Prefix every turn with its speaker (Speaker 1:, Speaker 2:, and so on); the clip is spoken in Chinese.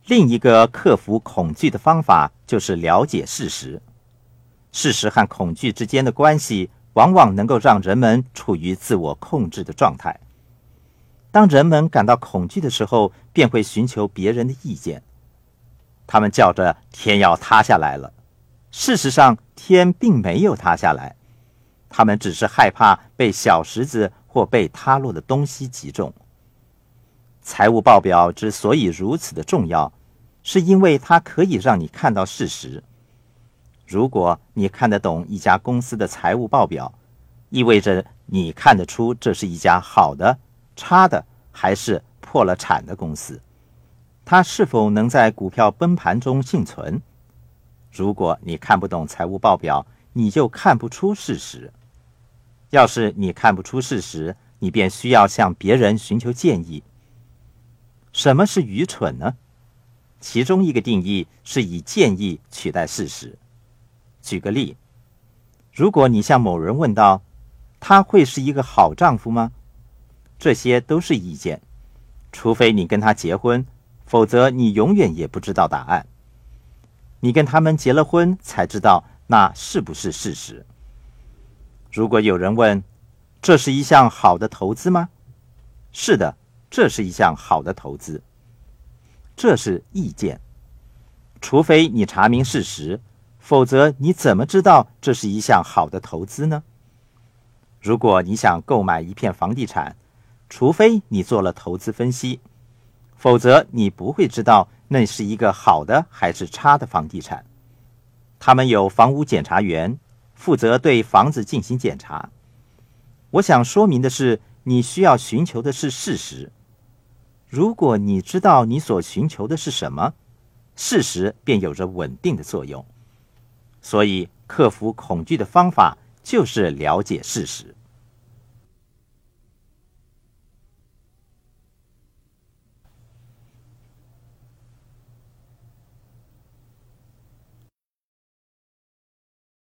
Speaker 1: 另一个克服恐惧的方法就是了解事实。事实和恐惧之间的关系往往能够让人们处于自我控制的状态。当人们感到恐惧的时候，便会寻求别人的意见。他们叫着天要塌下来了，事实上天并没有塌下来，他们只是害怕被小石子或被塌落的东西击中。财务报表之所以如此的重要，是因为它可以让你看到事实。如果你看得懂一家公司的财务报表，意味着你看得出这是一家好的、差的还是破了产的公司，它是否能在股票崩盘中幸存。如果你看不懂财务报表，你就看不出事实。要是你看不出事实，你便需要向别人寻求建议。什么是愚蠢呢？其中一个定义是以建议取代事实。举个例，如果你向某人问道，他会是一个好丈夫吗？这些都是意见，除非你跟他结婚，否则你永远也不知道答案。你跟他们结了婚才知道那是不是事实。如果有人问，这是一项好的投资吗？是的，这是一项好的投资。这是意见。除非你查明事实，否则你怎么知道这是一项好的投资呢？如果你想购买一片房地产，除非你做了投资分析，否则你不会知道那是一个好的还是差的房地产。他们有房屋检查员，负责对房子进行检查。我想说明的是，你需要寻求的是事实。如果你知道你所寻求的是什么，事实便有着稳定的作用。所以，克服恐惧的方法就是了解事实。